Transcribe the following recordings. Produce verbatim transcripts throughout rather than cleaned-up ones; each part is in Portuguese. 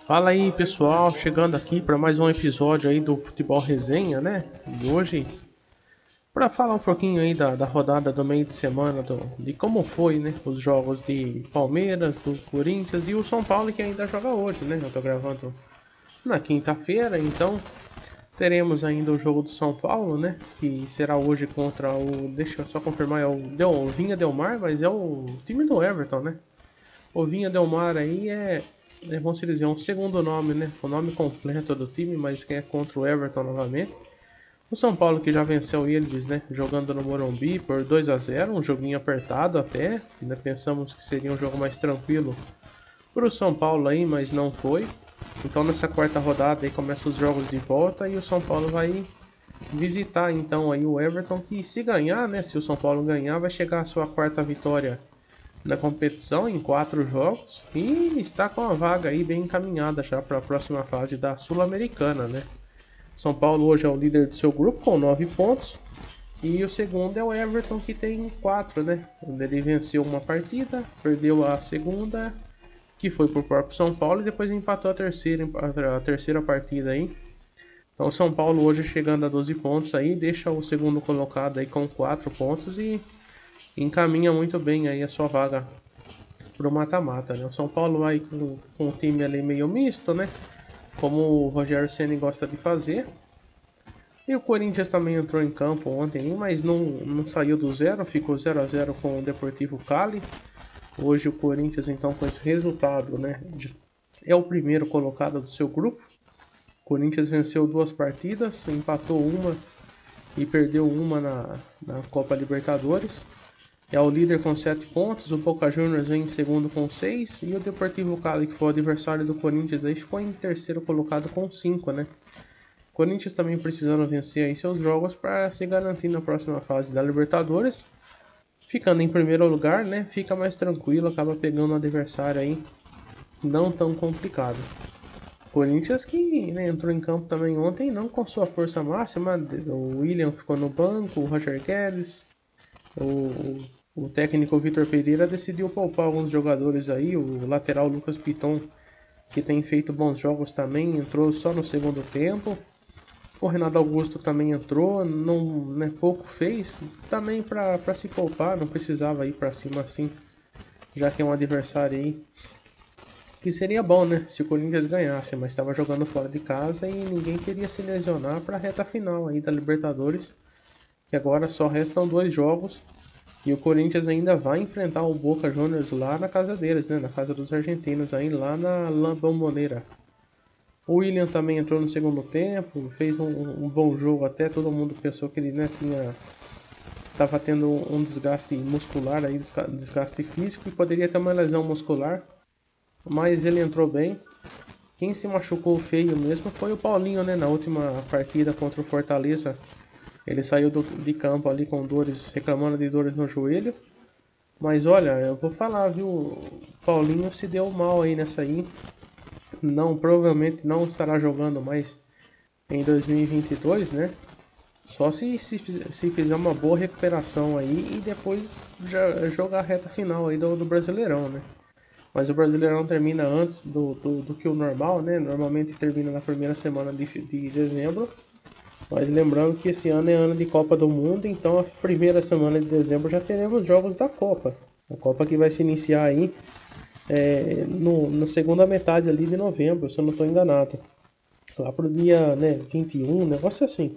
Fala aí pessoal, chegando aqui para mais um episódio aí do Futebol Resenha, né? E hoje para falar um pouquinho aí da, da rodada do meio de semana, do, de como foi, né? Os jogos de Palmeiras, do Corinthians e o São Paulo que ainda joga hoje, né? Eu tô gravando na quinta-feira, então teremos ainda o jogo do São Paulo, né? Que será hoje contra o, deixa eu só confirmar, é o, Del, o Vinha Del Mar, mas é o time do Everton, né? O Vinha Del Mar aí é, é, vamos dizer, um segundo nome, né? O nome completo do time, mas quem é contra o Everton novamente. O São Paulo que já venceu eles, né? Jogando no Morumbi por dois a zero, um joguinho apertado até. Ainda pensamos que seria um jogo mais tranquilo para o São Paulo aí, mas não foi. Então nessa quarta rodada aí começam os jogos de volta e o São Paulo vai visitar então aí o Everton que se ganhar, né? Se o São Paulo ganhar, vai chegar a sua quarta vitória na competição em quatro jogos e está com a vaga aí bem encaminhada já para a próxima fase da Sul-Americana, né? São Paulo hoje é o líder do seu grupo com nove pontos e o segundo é o Everton que tem quatro, né? Ele venceu uma partida, perdeu a segunda, que foi pro próprio São Paulo e depois empatou a terceira, a terceira partida aí. Então o São Paulo hoje chegando a doze pontos aí, deixa o segundo colocado aí com quatro pontos e encaminha muito bem aí a sua vaga pro mata-mata, né? O São Paulo vai com, com um time ali meio misto, né? Como o Rogério Ceni gosta de fazer. E o Corinthians também entrou em campo ontem, mas não, não saiu do zero, ficou zero a zero com o Deportivo Cali. Hoje o Corinthians então com esse resultado, né? É o primeiro colocado do seu grupo. O Corinthians venceu duas partidas, empatou uma e perdeu uma na, na Copa Libertadores. É o líder com sete pontos, o Boca Juniors vem em segundo com seis e o Deportivo Cali, que foi o adversário do Corinthians, aí ficou em terceiro colocado com cinco, né? O Corinthians também precisando vencer aí seus jogos para se garantir na próxima fase da Libertadores. Ficando em primeiro lugar, né? Fica mais tranquilo, acaba pegando um adversário aí não tão complicado. Corinthians que né, entrou em campo também ontem, não com sua força máxima. O William ficou no banco, o Roger Guedes, o, o técnico Vitor Pereira decidiu poupar alguns jogadores aí. O lateral Lucas Piton, que tem feito bons jogos também, entrou só no segundo tempo. O Renato Augusto também entrou, não, né, pouco fez, também para se poupar, não precisava ir para cima assim, já que é um adversário aí que seria bom, né, se o Corinthians ganhasse, mas estava jogando fora de casa e ninguém queria se lesionar para a reta final aí da Libertadores, que agora só restam dois jogos. E o Corinthians ainda vai enfrentar o Boca Juniors lá na casa deles, né? Na casa dos argentinos, aí lá na La Bombonera. O William também entrou no segundo tempo, fez um, um bom jogo até. Todo mundo pensou que ele né, tinha, tava tendo um desgaste muscular, aí, desgaste físico e poderia ter uma lesão muscular. Mas ele entrou bem. Quem se machucou feio mesmo foi o Paulinho, né? Na última partida contra o Fortaleza. Ele saiu do, de campo ali com dores, reclamando de dores no joelho. Mas olha, eu vou falar, viu? O Paulinho se deu mal aí nessa aí. Não, provavelmente não estará jogando mais em dois mil e vinte e dois, né? Só se, se, se fizer uma boa recuperação aí e depois já jogar a reta final aí do, do Brasileirão, né? Mas o Brasileirão termina antes do, do, do que o normal, né? Normalmente termina na primeira semana de, de dezembro. Mas lembrando que esse ano é ano de Copa do Mundo, então a primeira semana de dezembro já teremos jogos da Copa. A Copa que vai se iniciar aí é, no, na segunda metade ali de novembro, se eu não estou enganado. Lá pro dia né, vinte e um, um negócio assim.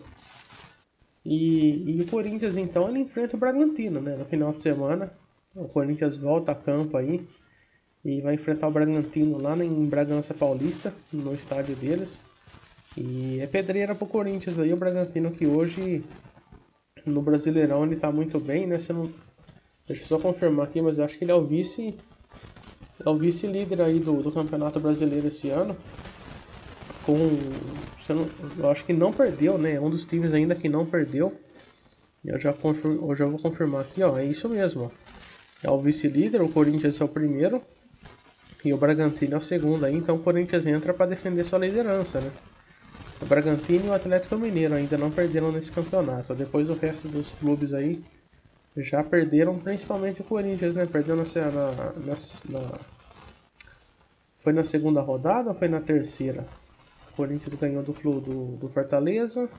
E, e o Corinthians então ele enfrenta o Bragantino né, no final de semana. O Corinthians volta a campo aí e vai enfrentar o Bragantino lá em Bragança Paulista, no estádio deles. E é pedreira pro Corinthians aí, o Bragantino que hoje no Brasileirão ele tá muito bem, né? Você não... Deixa eu só confirmar aqui, mas eu acho que ele é o vice. É o vice-líder aí do, do Campeonato Brasileiro esse ano. Com. Você não, eu acho que não perdeu, né? É um dos times ainda que não perdeu. Eu já, confirmo, eu já vou confirmar aqui, ó. É isso mesmo, ó. É o vice-líder, o Corinthians é o primeiro. E o Bragantino é o segundo aí. Então o Corinthians entra para defender sua liderança, né? O Bragantino e o Atlético Mineiro ainda não perderam nesse campeonato. Depois o resto dos clubes aí já perderam, principalmente o Corinthians, né? Perdeu na, na, na, na Foi na segunda rodada ou foi na terceira? O Corinthians ganhou do, do, do Fortaleza.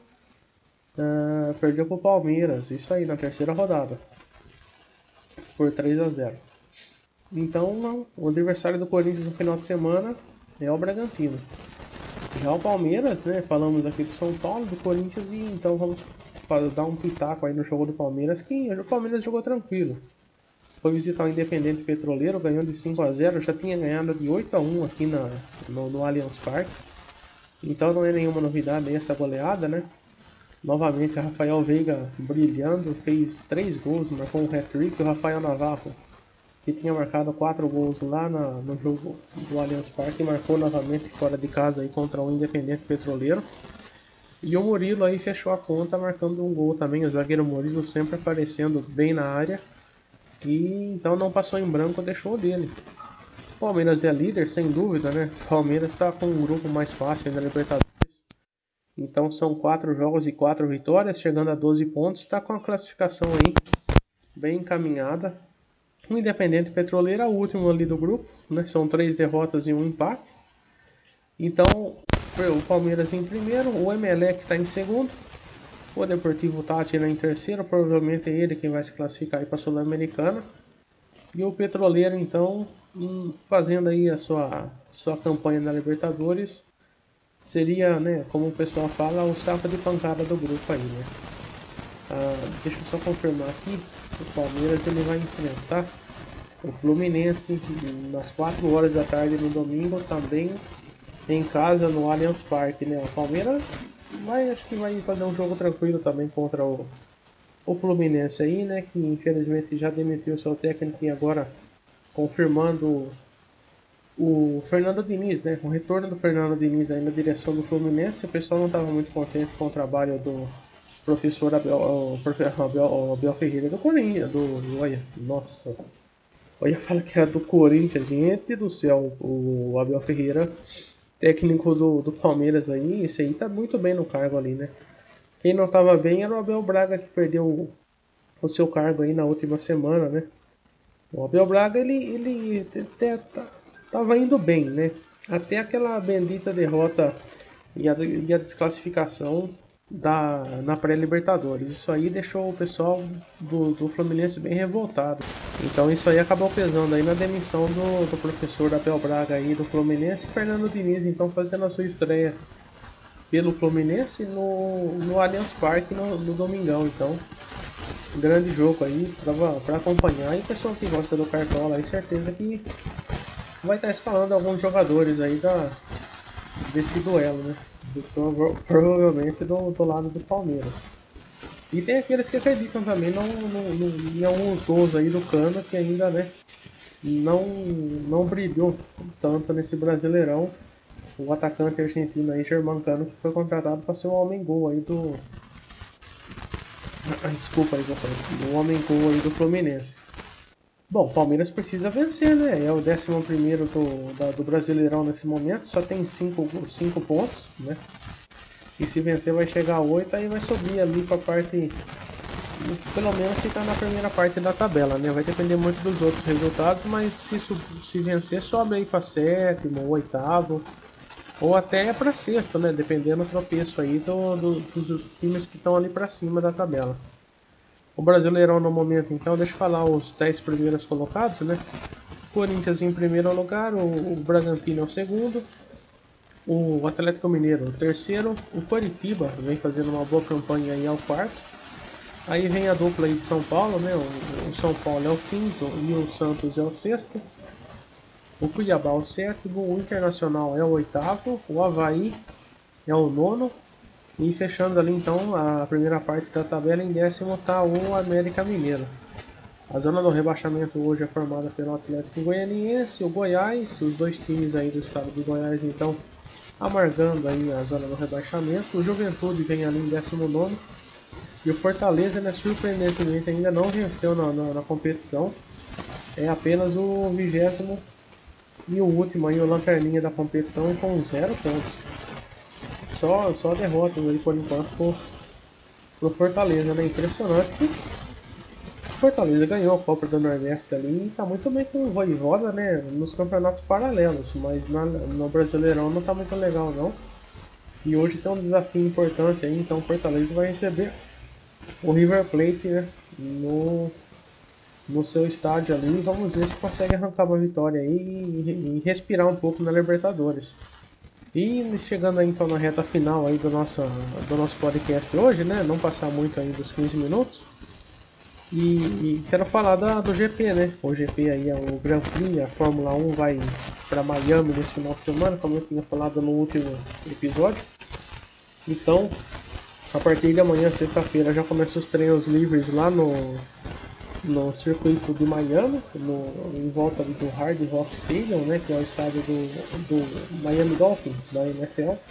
Uh, perdeu pro Palmeiras. Isso aí, na terceira rodada. Por três a zero. Então, não, o adversário do Corinthians no final de semana é o Bragantino. Já o Palmeiras, né? Falamos aqui do São Paulo, do Corinthians, e então vamos dar um pitaco aí no jogo do Palmeiras, que o Palmeiras jogou tranquilo. Foi visitar o Independente Petroleiro, ganhou de cinco a zero, já tinha ganhado de oito a um aqui na, no, no Allianz Parque. Então não é nenhuma novidade essa goleada, né? Novamente, Rafael Veiga brilhando, fez três gols, marcou um hat-trick. O Rafael Navarro, que tinha marcado quatro gols lá na, no jogo do Allianz Parque, marcou novamente fora de casa aí contra o Independente Petroleiro. E o Murilo aí fechou a conta marcando um gol também. O zagueiro Murilo sempre aparecendo bem na área. E então não passou em branco, deixou dele. O Palmeiras é líder, sem dúvida, né? O Palmeiras está com um grupo mais fácil na Libertadores. Então são quatro jogos e quatro vitórias, chegando a doze pontos. Está com a classificação aí bem encaminhada. O Independente Petroleiro é o último ali do grupo, né? São três derrotas e um empate. Então o Palmeiras em primeiro, o Emelec está em segundo, o Deportivo Táchira em terceiro, provavelmente é ele quem vai se classificar para a Sul-Americana. E o Petroleiro então fazendo aí a sua, sua campanha na Libertadores. Seria, né, como o pessoal fala, o saco de pancada do grupo aí, né? Ah, deixa eu só confirmar aqui. O Palmeiras ele vai enfrentar o Fluminense nas quatro horas da tarde no domingo, também em casa no Allianz Parque, né? O Palmeiras vai, acho que vai fazer um jogo tranquilo também contra o, o Fluminense aí, né? Que infelizmente já demitiu seu técnico e agora confirmando o Fernando Diniz, né? O retorno do Fernando Diniz aí na direção do Fluminense. O pessoal não estava muito contente com o trabalho do professor Abel, o professor Abel, Abel Ferreira do Corinthians, do, olha, nossa, olha, fala que era do Corinthians, gente do céu, o Abel Ferreira, técnico do, do Palmeiras aí, esse aí tá muito bem no cargo ali, né? Quem não tava bem era o Abel Braga, que perdeu o, o seu cargo aí na última semana, né? O Abel Braga, ele, ele até tava indo bem, né? Até aquela bendita derrota e a, e a desclassificação da, na pré-Libertadores. Isso aí deixou o pessoal do, do Fluminense bem revoltado. Então isso aí acabou pesando aí na demissão do, do professor Abel Braga aí do Fluminense. Fernando Diniz então fazendo a sua estreia pelo Fluminense no, no Allianz Parque no, no domingão. Então grande jogo aí para acompanhar, e o pessoal que gosta do Cartola aí certeza que vai estar escalando alguns jogadores aí da, desse duelo, né? Do, provavelmente do, do lado do Palmeiras. E tem aqueles que acreditam também no, no, no, em alguns gols aí do Cano, que ainda, né, não, não brilhou tanto nesse Brasileirão. O atacante argentino aí, Germancano, que foi contratado para ser o homem-gol aí do... Ah, desculpa aí, o homem-gol aí do Fluminense. Bom, o Palmeiras precisa vencer, né? É o décimo primeiro do, da, do Brasileirão nesse momento, só tem cinco pontos, né? E se vencer vai chegar a oito, aí vai subir ali para a parte, pelo menos ficar na primeira parte da tabela, né? Vai depender muito dos outros resultados, mas se, se vencer sobe aí para sétimo, oitavo, ou até para sexto, né? Dependendo do tropeço aí do, do, dos times que estão ali para cima da tabela. O Brasileirão no momento, então, deixa eu falar os dez primeiros colocados, né? Corinthians em primeiro lugar, o, o Bragantino é o segundo, o Atlético Mineiro o terceiro, o Coritiba vem fazendo uma boa campanha aí ao quarto. Aí vem a dupla aí de São Paulo, né? O, o São Paulo é o quinto e o Santos é o sexto. O Cuiabá é o sétimo, o Internacional é o oitavo, o Avaí é o nono. E fechando ali então a primeira parte da tabela, em décimo está o América Mineiro. A zona do rebaixamento hoje é formada pelo Atlético Goianiense, o Goiás, os dois times aí do estado de Goiás então amargando aí a zona do rebaixamento. O Juventude vem ali em décimo nono e o Fortaleza, né, surpreendentemente ainda não venceu na, na, na competição. É apenas o vigésimo e o último aí, o lanterninha da competição, com zero pontos. Só, só derrotas aí por enquanto pro, pro Fortaleza, né? Impressionante que Fortaleza ganhou a Copa do Nordeste ali e tá muito bem com o Vojvoda, né, nos campeonatos paralelos, mas na, no Brasileirão não tá muito legal não. E hoje tem um desafio importante aí, então o Fortaleza vai receber o River Plate, né, no, no seu estádio ali. Vamos ver se consegue arrancar uma vitória aí e, e respirar um pouco na Libertadores. E chegando aí então na reta final aí do nosso, do nosso podcast hoje, né, não passar muito aí dos quinze minutos. E, e quero falar da, do G P, né? O G P aí é o Grand Prix, a Fórmula um vai para Miami nesse final de semana, como eu tinha falado no último episódio. Então, a partir de amanhã, sexta-feira, já começam os treinos livres lá no, no circuito de Miami, no, em volta ali do Hard Rock Stadium, né? Que é o estádio do, do Miami Dolphins, da N F L.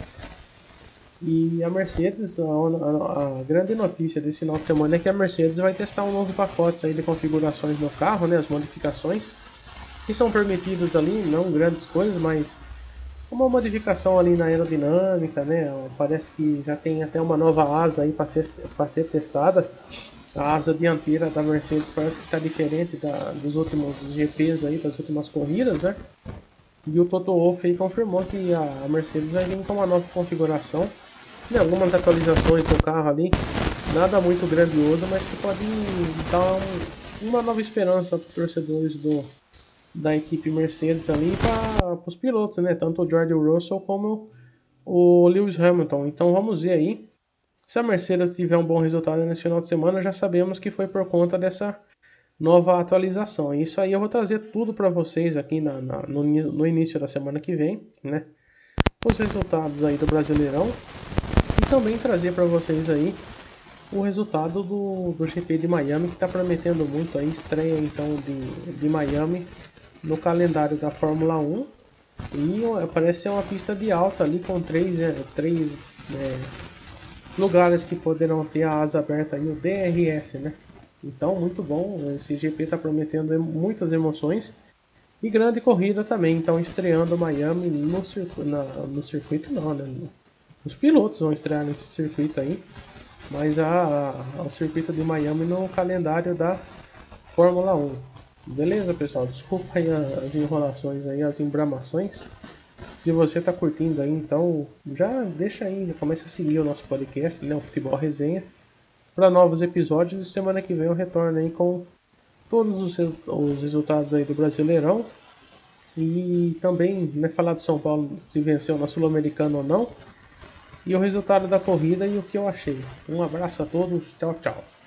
E a Mercedes, a, a, a grande notícia desse final de semana é que a Mercedes vai testar um novo pacote aí de configurações no carro, né, as modificações que são permitidas ali, não grandes coisas, mas uma modificação ali na aerodinâmica, né? Parece que já tem até uma nova asa aí para ser, para ser testada. A asa dianteira da Mercedes parece que está diferente da, dos últimos G Ps aí, das últimas corridas, né? E o Toto Wolff aí confirmou que a Mercedes vai vir com uma nova configuração. Tem algumas atualizações no carro ali, nada muito grandioso, mas que pode dar um, uma nova esperança para os torcedores do, da equipe Mercedes ali para os pilotos, né? Tanto o George Russell como o Lewis Hamilton. Então vamos ver aí. Se a Mercedes tiver um bom resultado nesse final de semana, já sabemos que foi por conta dessa nova atualização. Isso aí eu vou trazer tudo para vocês aqui na, na, no, no início da semana que vem, né? Os resultados aí do Brasileirão. E também trazer para vocês aí o resultado do, do G P de Miami, que está prometendo muito aí, estreia então de, de Miami no calendário da Fórmula um. E parece ser uma pista de alta ali com três, é, três é, lugares que poderão ter a asa aberta aí, o D R S, né? Então, muito bom, esse G P está prometendo muitas emoções. E grande corrida também, então estreando Miami no, circu na, no circuito não, né? Os pilotos vão estrear nesse circuito aí, mas a, a, o circuito de Miami no calendário da Fórmula um. Beleza, pessoal? Desculpa aí as enrolações aí, as embramações. Se você tá curtindo aí, então já deixa aí, já começa a seguir o nosso podcast, né? O Futebol Resenha, para novos episódios. E semana que vem eu retorno aí com todos os, os resultados aí do Brasileirão. E também, né, falar do São Paulo, se venceu na Sul-Americana ou não. E o resultado da corrida e o que eu achei. Um abraço a todos, tchau, tchau.